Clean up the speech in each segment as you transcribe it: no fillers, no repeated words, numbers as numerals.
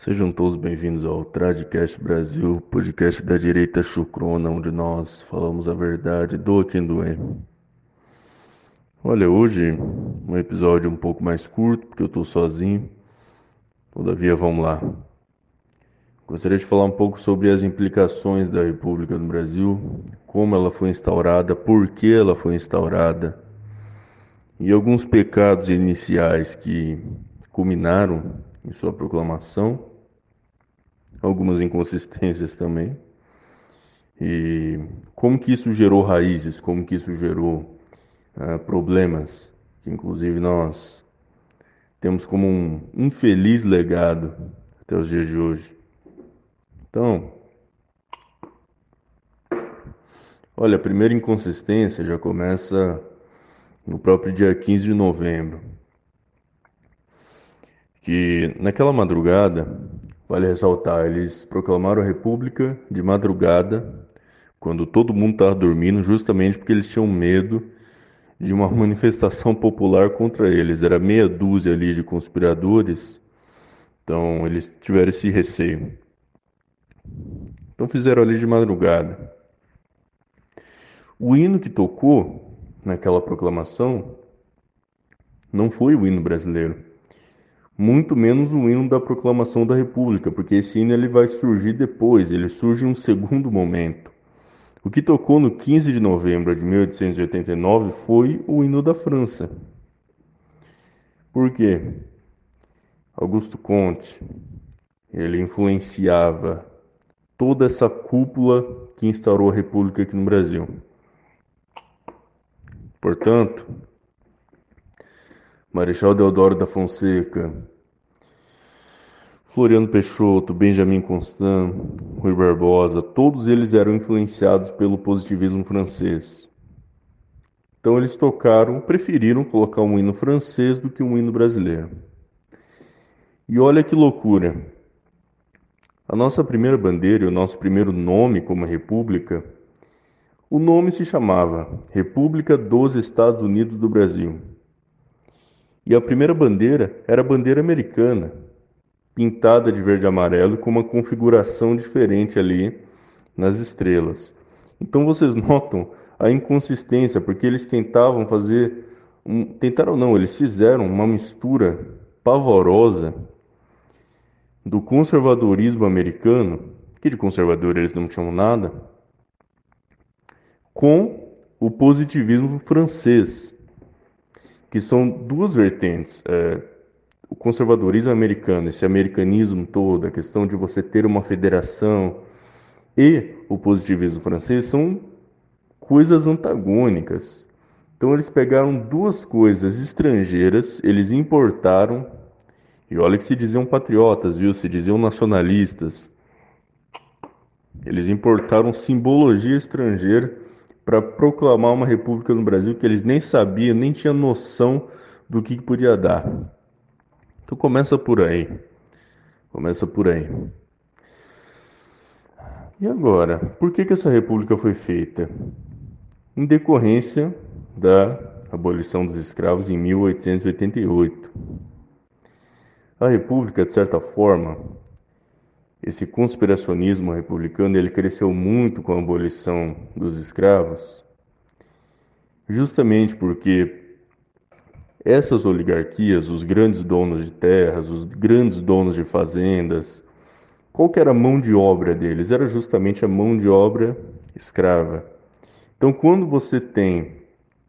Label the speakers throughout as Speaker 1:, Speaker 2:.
Speaker 1: Sejam todos bem-vindos ao Tradcast Brasil, podcast da direita chucrona, onde nós falamos a verdade, doa quem doer. Olha, hoje um episódio um pouco mais curto, porque eu estou sozinho, todavia vamos lá. Gostaria de falar um pouco sobre as implicações da República no Brasil, como ela foi instaurada, por que ela foi instaurada, e alguns pecados iniciais que culminaram em sua proclamação, algumas inconsistências também. E como que isso gerou raízes, como que isso gerou problemas, que inclusive nós temos como um infeliz legado até os dias de hoje. Então, olha, a primeira inconsistência já começa no próprio dia 15 de novembro, que naquela madrugada, vale ressaltar, eles proclamaram a República de madrugada, quando todo mundo estava dormindo, justamente porque eles tinham medo de uma manifestação popular contra eles. Era meia dúzia ali de conspiradores, então eles tiveram esse receio. Então fizeram ali de madrugada. O hino que tocou naquela proclamação não foi o hino brasileiro, muito menos o hino da proclamação da República, porque esse hino ele vai surgir depois, ele surge em um segundo momento. O que tocou no 15 de novembro de 1889 foi o hino da França. Por quê? Augusto Conte, ele influenciava toda essa cúpula que instaurou a República aqui no Brasil. Portanto, Marechal Deodoro da Fonseca, Floriano Peixoto, Benjamin Constant, Rui Barbosa, todos eles eram influenciados pelo positivismo francês. Então eles preferiram colocar um hino francês do que um hino brasileiro. E olha que loucura. A nossa primeira bandeira e o nosso primeiro nome como república, o nome se chamava República dos Estados Unidos do Brasil. E a primeira bandeira era a bandeira americana, pintada de verde e amarelo com uma configuração diferente ali nas estrelas. Então vocês notam a inconsistência, porque eles tentavam fazer, tentaram não, eles fizeram uma mistura pavorosa do conservadorismo americano, que de conservador eles não tinham nada, com o positivismo francês, que são duas vertentes. O conservadorismo americano, esse americanismo todo, a questão de você ter uma federação e o positivismo francês são coisas antagônicas. Então eles pegaram duas coisas estrangeiras, eles importaram, e olha que se diziam patriotas, viu? Se diziam nacionalistas. Eles importaram simbologia estrangeira para proclamar uma república no Brasil que eles nem sabiam, nem tinham noção do que podia dar. Então começa por aí. Começa por aí. E agora, por que essa república foi feita? Em decorrência da abolição dos escravos em 1888. A república, de certa forma, esse conspiracionismo republicano, ele cresceu muito com a abolição dos escravos, justamente porque essas oligarquias, os grandes donos de terras, os grandes donos de fazendas, qual que era a mão de obra deles? Era justamente a mão de obra escrava. Então, quando você tem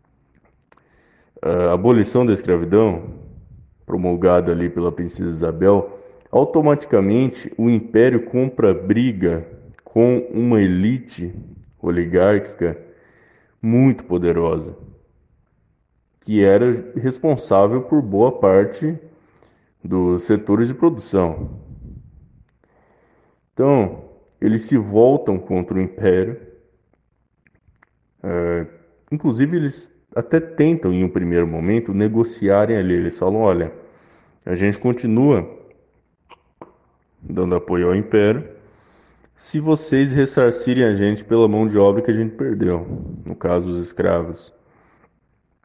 Speaker 1: a abolição da escravidão, promulgada ali pela princesa Isabel, automaticamente o império compra briga com uma elite oligárquica muito poderosa, que era responsável por boa parte dos setores de produção. Então, eles se voltam contra o império. Inclusive, eles até tentam, em um primeiro momento, negociarem ali. Eles falam: olha, a gente continua dando apoio ao império se vocês ressarcirem a gente pela mão de obra que a gente perdeu, no caso, os escravos.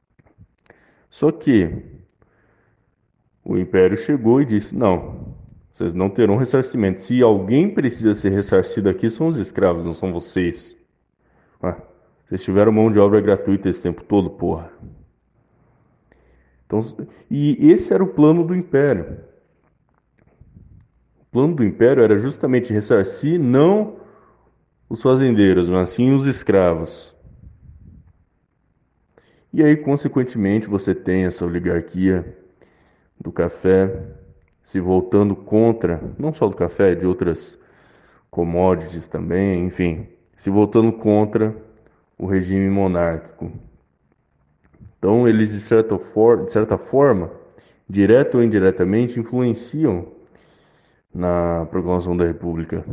Speaker 1: Só que o império chegou e disse: não, Vocês não terão ressarcimento. Se alguém precisa ser ressarcido aqui, são os escravos, não são vocês. Ah, vocês tiveram mão de obra gratuita esse tempo todo, porra. Então, e esse era o plano do Império. O plano do Império era justamente ressarcir não os fazendeiros, mas sim os escravos. E aí, consequentemente, você tem essa oligarquia do café se voltando contra, não só do café, de outras commodities também, enfim, se voltando contra o regime monárquico. Então, eles, de certa forma, direto ou indiretamente, influenciam na proclamação da República.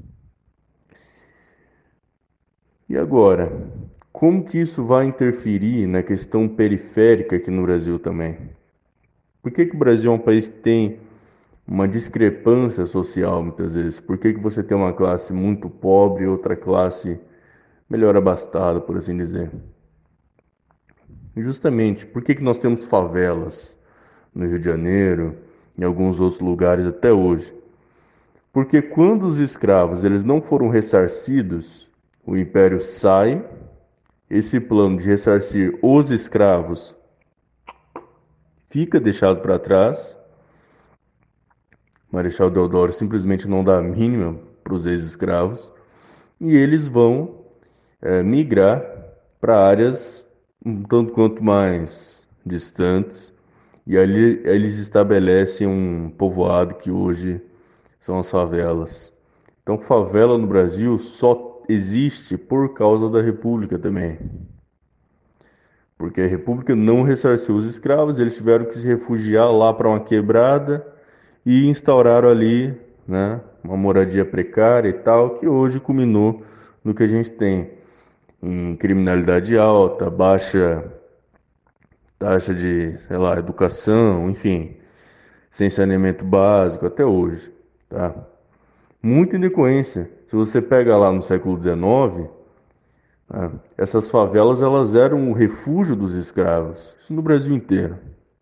Speaker 1: E agora, como que isso vai interferir na questão periférica aqui no Brasil também? Por que que o Brasil é um país que tem uma discrepância social muitas vezes? Por que que você tem uma classe muito pobre e outra classe melhor abastada, por assim dizer? Justamente, por que que nós temos favelas no Rio de Janeiro, em alguns outros lugares até hoje? Porque quando os escravos eles não foram ressarcidos, o império sai, esse plano de ressarcir os escravos fica deixado para trás. Marechal Deodoro simplesmente não dá a mínima para os ex-escravos e eles vão migrar para áreas um tanto quanto mais distantes e ali eles estabelecem um povoado que hoje são as favelas. Então, favela no Brasil só existe por causa da República também. Porque a República não ressarciu os escravos, eles tiveram que se refugiar lá para uma quebrada e instauraram ali, né, uma moradia precária e tal, que hoje culminou no que a gente tem em criminalidade alta, baixa taxa de, sei lá, educação, enfim, sem saneamento básico até hoje, tá? Muita indecorrência. Se você pega lá no século XIX, né, essas favelas elas eram o refúgio dos escravos, isso no Brasil inteiro.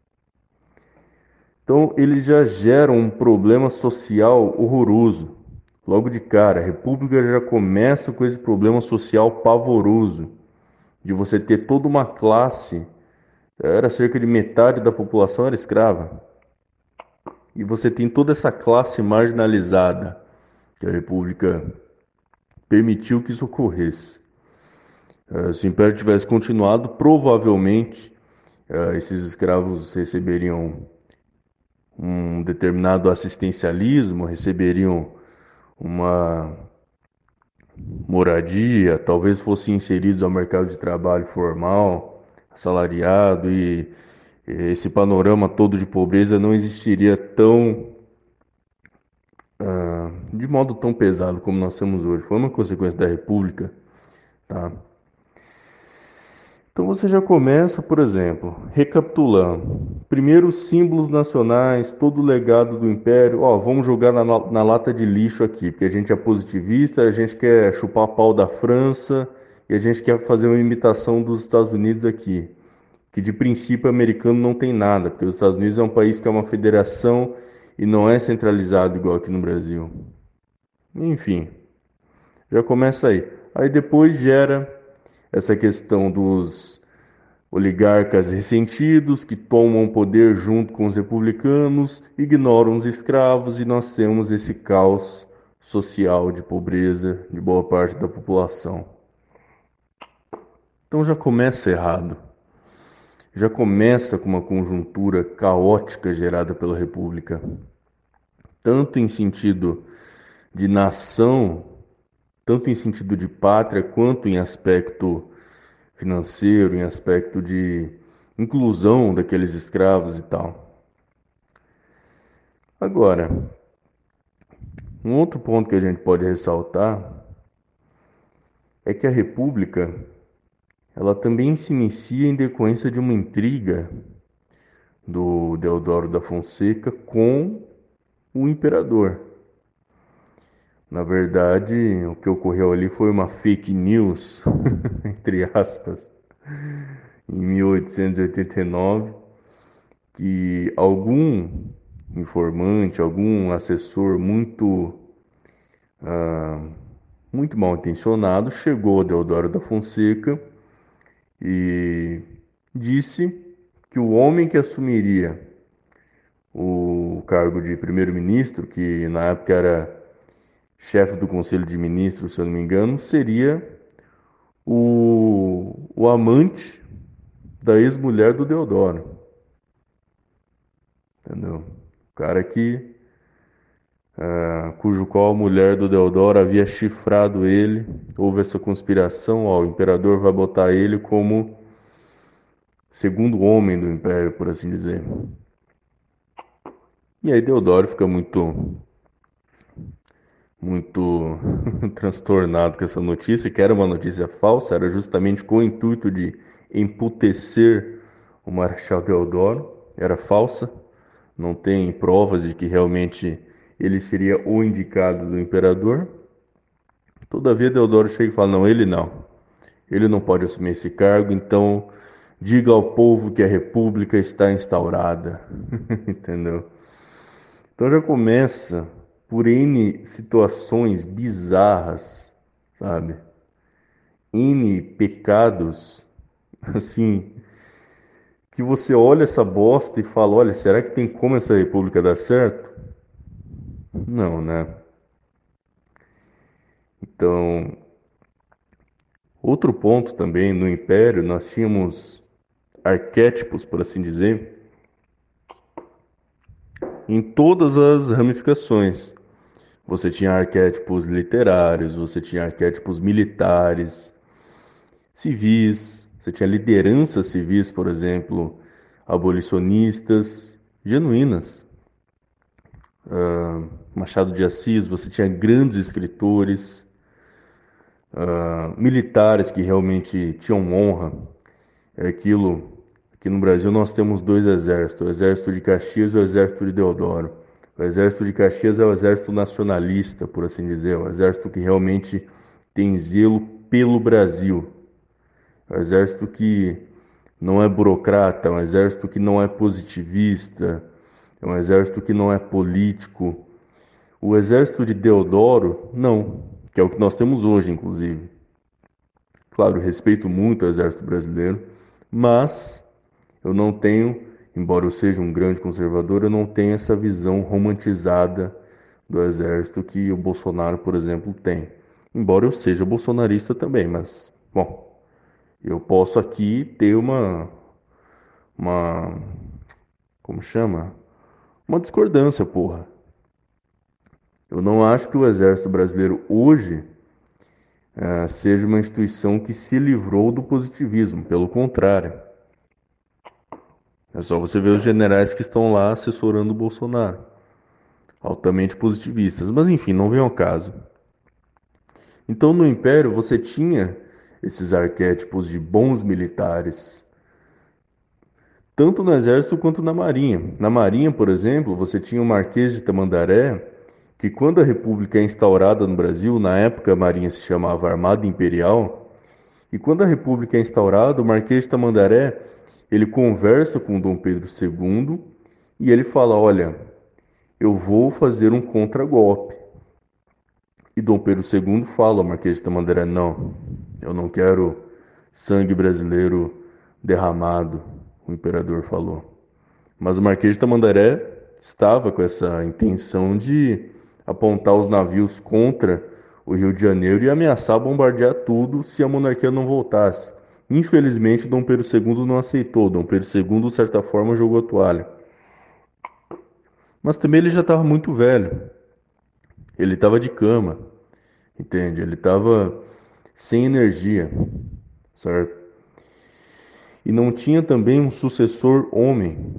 Speaker 1: Então, ele já gera um problema social horroroso. Logo de cara, a República já começa com esse problema social pavoroso, de você ter toda uma classe, era cerca de metade da população era escrava, e você tem toda essa classe marginalizada, que a República permitiu que isso ocorresse. Se o Império tivesse continuado, provavelmente esses escravos receberiam um determinado assistencialismo, receberiam uma moradia, talvez fossem inseridos ao mercado de trabalho formal, assalariado, e esse panorama todo de pobreza não existiria de modo tão pesado como nós temos hoje. Foi uma consequência da República, tá? Então você já começa, por exemplo, recapitulando. Primeiro, os símbolos nacionais, todo o legado do Império. Ó, vamos jogar na lata de lixo aqui, porque a gente é positivista, a gente quer chupar pau da França e a gente quer fazer uma imitação dos Estados Unidos aqui. Que de princípio americano não tem nada, porque os Estados Unidos é um país que é uma federação e não é centralizado igual aqui no Brasil. Enfim, já começa aí. Aí depois gera essa questão dos oligarcas ressentidos que tomam poder junto com os republicanos, ignoram os escravos e nós temos esse caos social de pobreza de boa parte da população. Então já começa errado. Já começa com uma conjuntura caótica gerada pela República, tanto em sentido de nação, tanto em sentido de pátria, quanto em aspecto financeiro, em aspecto de inclusão daqueles escravos e tal. Agora, um outro ponto que a gente pode ressaltar é que a República, ela também se inicia em decorrência de uma intriga do Deodoro da Fonseca com o imperador. Na verdade, o que ocorreu ali foi uma fake news, entre aspas, em 1889, que algum informante, algum assessor muito mal intencionado chegou a Deodoro da Fonseca e disse que o homem que assumiria o cargo de primeiro-ministro, que na época era chefe do Conselho de Ministros, se eu não me engano, seria o amante da ex-mulher do Deodoro, entendeu? O cara cujo qual a mulher do Deodoro havia chifrado ele, houve essa conspiração, ó, o imperador vai botar ele como segundo homem do império, por assim dizer. E aí Deodoro fica muito transtornado com essa notícia, que era uma notícia falsa, era justamente com o intuito de emputecer o Marechal Deodoro, era falsa, não tem provas de que realmente ele seria o indicado do imperador. Todavia Deodoro chega e fala, não, ele não pode assumir esse cargo, então diga ao povo que a república está instaurada, entendeu? Então já começa por N situações bizarras, sabe? N pecados, assim, que você olha essa bosta e fala, olha, será que tem como essa república dar certo? Não, né? Então, outro ponto também no Império, nós tínhamos arquétipos, por assim dizer, em todas as ramificações. Você tinha arquétipos literários, você tinha arquétipos militares, civis, você tinha lideranças civis, por exemplo, abolicionistas, genuínas. Machado de Assis, você tinha grandes escritores, militares que realmente tinham honra. É aquilo. Aqui no Brasil nós temos dois exércitos, o exército de Caxias e o exército de Deodoro. O exército de Caxias é o exército nacionalista, por assim dizer, o exército que realmente tem zelo pelo Brasil. É um exército que não é burocrata, é um exército que não é positivista, é um exército que não é político. O exército de Deodoro, não, que é o que nós temos hoje, inclusive. Claro, respeito muito o exército brasileiro, mas eu não tenho, embora eu seja um grande conservador, eu não tenho essa visão romantizada do exército que o Bolsonaro, por exemplo, tem. Embora eu seja bolsonarista também, mas, bom, eu posso aqui ter uma, como chama? Uma discordância, porra. Eu não acho que o exército brasileiro hoje seja uma instituição que se livrou do positivismo, pelo contrário. É só você ver os generais que estão lá assessorando o Bolsonaro. Altamente positivistas. Mas enfim, não vem ao caso. Então no Império você tinha esses arquétipos de bons militares, tanto no Exército quanto na Marinha. Na Marinha, por exemplo, você tinha o Marquês de Tamandaré, que quando a República é instaurada no Brasil, na época a Marinha se chamava Armada Imperial, e quando a República é instaurada, o Marquês de Tamandaré, ele conversa com Dom Pedro II e ele fala, olha, eu vou fazer um contragolpe. E Dom Pedro II fala ao Marquês de Tamandaré, não, eu não quero sangue brasileiro derramado, o imperador falou. Mas o Marquês de Tamandaré estava com essa intenção de apontar os navios contra o Rio de Janeiro e ameaçar bombardear tudo se a monarquia não voltasse. Infelizmente, Dom Pedro II não aceitou. Dom Pedro II, de certa forma, jogou a toalha. Mas também ele já estava muito velho. Ele estava de cama, entende? Ele estava sem energia, certo? E não tinha também um sucessor homem.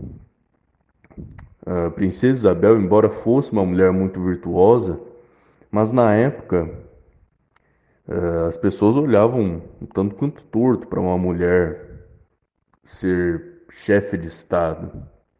Speaker 1: A princesa Isabel, embora fosse uma mulher muito virtuosa, mas na época as pessoas olhavam um tanto quanto torto para uma mulher ser chefe de Estado.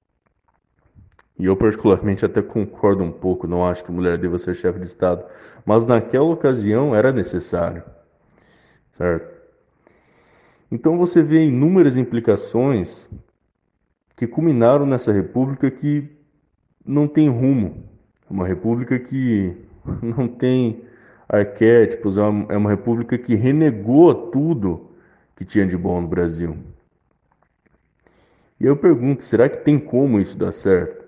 Speaker 1: E eu particularmente até concordo um pouco, não acho que mulher deva ser chefe de Estado, mas naquela ocasião era necessário, certo? Então você vê inúmeras implicações que culminaram nessa república que não tem rumo. É uma república que não tem arquétipos, é uma república que renegou tudo que tinha de bom no Brasil. E eu pergunto, será que tem como isso dar certo?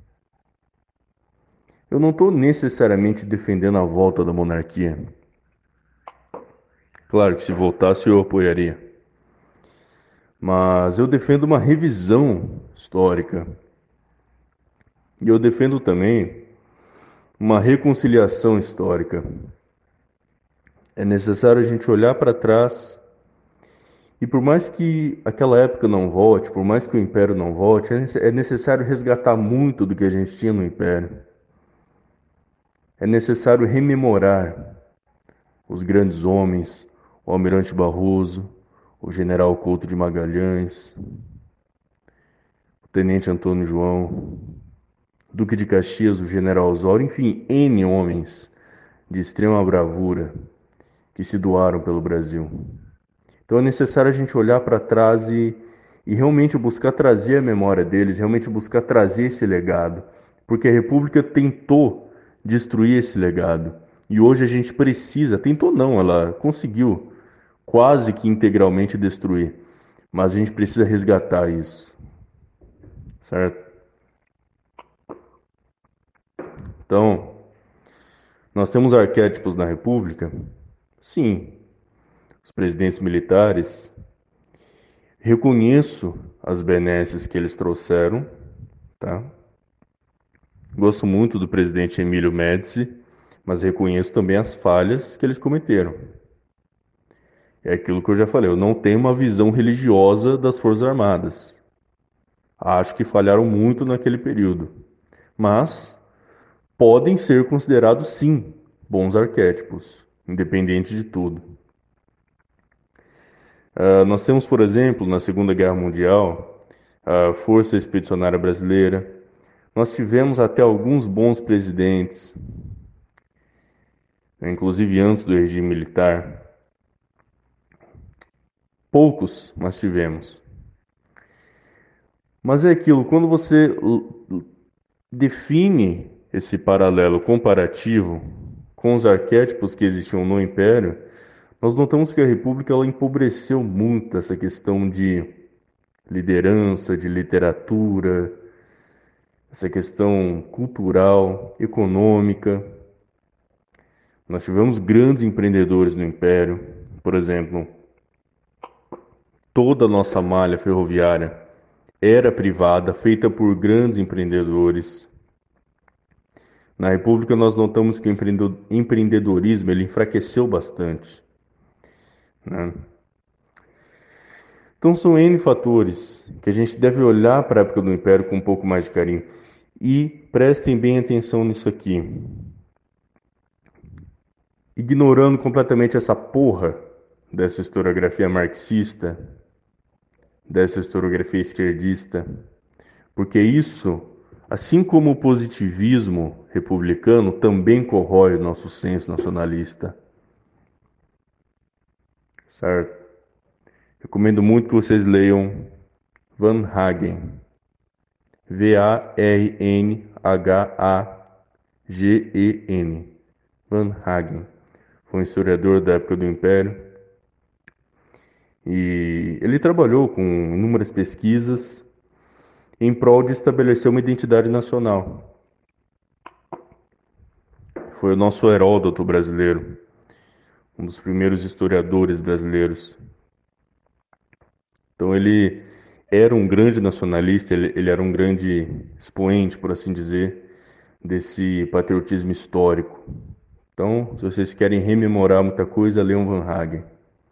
Speaker 1: Eu não estou necessariamente defendendo a volta da monarquia. Claro que se voltasse eu apoiaria. Mas eu defendo uma revisão histórica. E eu defendo também uma reconciliação histórica. É necessário a gente olhar para trás e por mais que aquela época não volte, por mais que o Império não volte, é necessário resgatar muito do que a gente tinha no Império. É necessário rememorar os grandes homens, o Almirante Barroso, o General Couto de Magalhães, o Tenente Antônio João, Duque de Caxias, o General Osório, enfim, N homens de extrema bravura que se doaram pelo Brasil. Então é necessário a gente olhar para trás e realmente buscar trazer a memória deles, realmente buscar trazer esse legado, porque a República tentou destruir esse legado. E hoje a gente precisa, tentou não, ela conseguiu quase que integralmente destruir, mas a gente precisa resgatar isso, certo? Então, nós temos arquétipos na República? Sim, os presidentes militares. Reconheço as benesses que eles trouxeram, tá? Gosto muito do presidente Emílio Médici, mas reconheço também as falhas que eles cometeram. É aquilo que eu já falei, eu não tenho uma visão religiosa das Forças Armadas. Acho que falharam muito naquele período, mas podem ser considerados sim bons arquétipos, independente de tudo. Nós temos, por exemplo, na Segunda Guerra Mundial, a Força Expedicionária Brasileira. Nós tivemos até alguns bons presidentes, né, inclusive antes do regime militar. Poucos, mas tivemos. Mas é aquilo, quando você define esse paralelo comparativo com os arquétipos que existiam no Império, nós notamos que a República ela empobreceu muito essa questão de liderança, de literatura, essa questão cultural, econômica. Nós tivemos grandes empreendedores no Império, por exemplo, toda a nossa malha ferroviária era privada, feita por grandes empreendedores. Na República nós notamos que o empreendedorismo ele enfraqueceu bastante, né? Então são N fatores que a gente deve olhar para a época do Império com um pouco mais de carinho. E prestem bem atenção nisso aqui. Ignorando completamente essa porra dessa historiografia marxista, dessa historiografia esquerdista, porque isso, assim como o positivismo republicano, também corrói o nosso senso nacionalista, certo? Recomendo muito que vocês leiam Van Hagen, Varnhagen, Van Hagen. Foi um historiador da época do Império e ele trabalhou com inúmeras pesquisas em prol de estabelecer uma identidade nacional. Foi o nosso Heródoto brasileiro, um dos primeiros historiadores brasileiros. Então ele era um grande nacionalista, ele era um grande expoente, por assim dizer, desse patriotismo histórico. Então, se vocês querem rememorar muita coisa, leiam Van Hagen.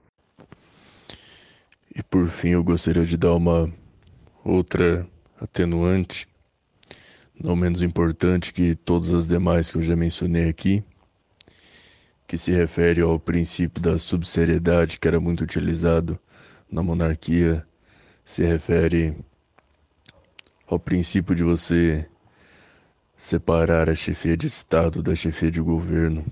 Speaker 1: E por fim, eu gostaria de dar uma outra atenuante, não menos importante que todas as demais que eu já mencionei aqui, que se refere ao princípio da subsidiariedade que era muito utilizado na monarquia, se refere ao princípio de você separar a chefia de Estado da chefia de governo.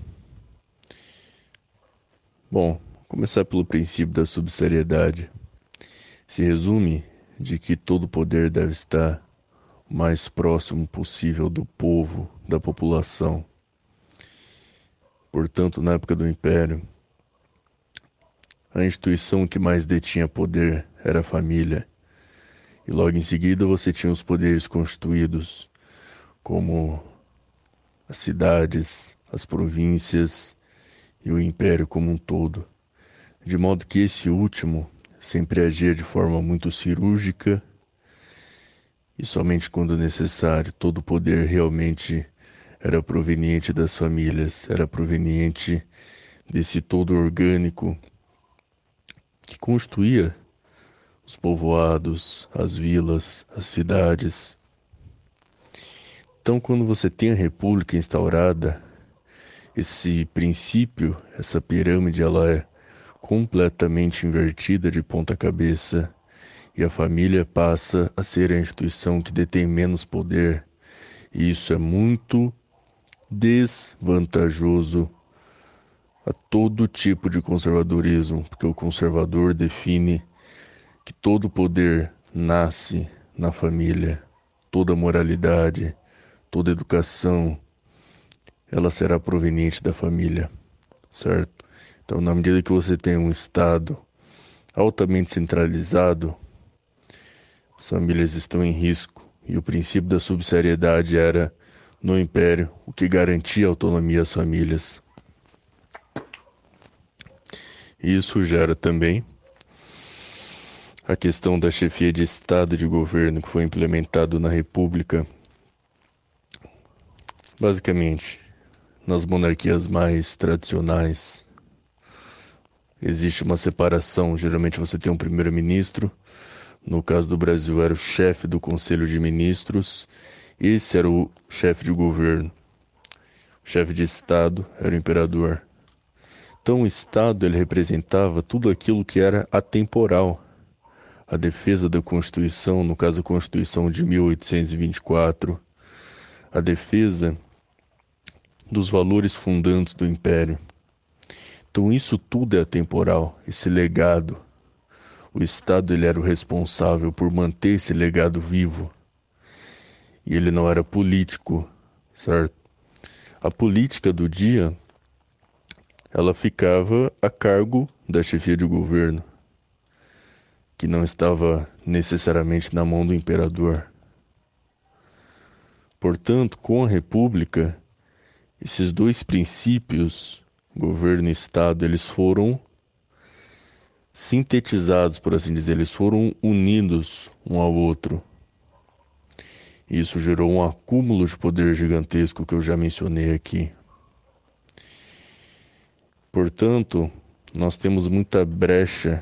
Speaker 1: Bom, começar pelo princípio da subsidiariedade. Se resume de que todo poder deve estar mais próximo possível do povo, da população. Portanto, na época do Império, a instituição que mais detinha poder era a família. E logo em seguida você tinha os poderes constituídos, como as cidades, as províncias e o império como um todo. De modo que esse último sempre agia de forma muito cirúrgica e somente quando necessário. Todo o poder realmente era proveniente das famílias, era proveniente desse todo orgânico que constituía os povoados, as vilas, as cidades. Então, quando você tem a república instaurada, esse princípio, essa pirâmide, ela é completamente invertida de ponta cabeça e a família passa a ser a instituição que detém menos poder. E isso é muito desvantajoso a todo tipo de conservadorismo, porque o conservador define que todo poder nasce na família, toda moralidade, toda educação, ela será proveniente da família, certo? Então, na medida que você tem um Estado altamente centralizado, as famílias estão em risco. E o princípio da subsidiariedade era, no Império, o que garantia a autonomia às famílias. Isso gera também a questão da chefia de Estado e de governo que foi implementado na República. Basicamente, nas monarquias mais tradicionais, existe uma separação. Geralmente você tem um primeiro-ministro. No caso do Brasil, era o chefe do Conselho de Ministros. Esse era o chefe de governo. O chefe de Estado era o imperador. Então o Estado ele representava tudo aquilo que era atemporal. A defesa da Constituição, no caso a Constituição de 1824, a defesa dos valores fundantes do Império. Então isso tudo é atemporal, esse legado. O Estado ele era o responsável por manter esse legado vivo. E ele não era político, certo? A política do dia, ela ficava a cargo da chefia de governo, que não estava necessariamente na mão do imperador. Portanto, com a República, esses dois princípios, governo e Estado, eles foram sintetizados, por assim dizer, eles foram unidos um ao outro. Isso gerou um acúmulo de poder gigantesco que eu já mencionei aqui. Portanto, nós temos muita brecha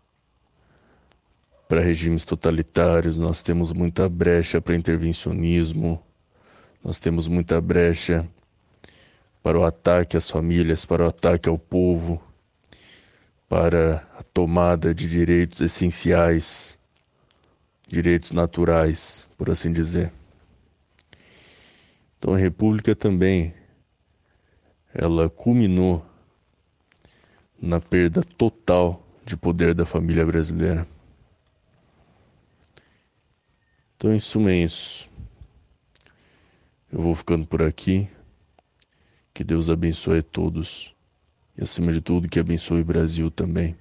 Speaker 1: para regimes totalitários, nós temos muita brecha para intervencionismo, nós temos muita brecha para o ataque às famílias, para o ataque ao povo, para a tomada de direitos essenciais, direitos naturais, por assim dizer. Então a República também, ela culminou na perda total de poder da família brasileira. Então, em suma, é isso. Eu vou ficando por aqui. Que Deus abençoe a todos. E, acima de tudo, que abençoe o Brasil também.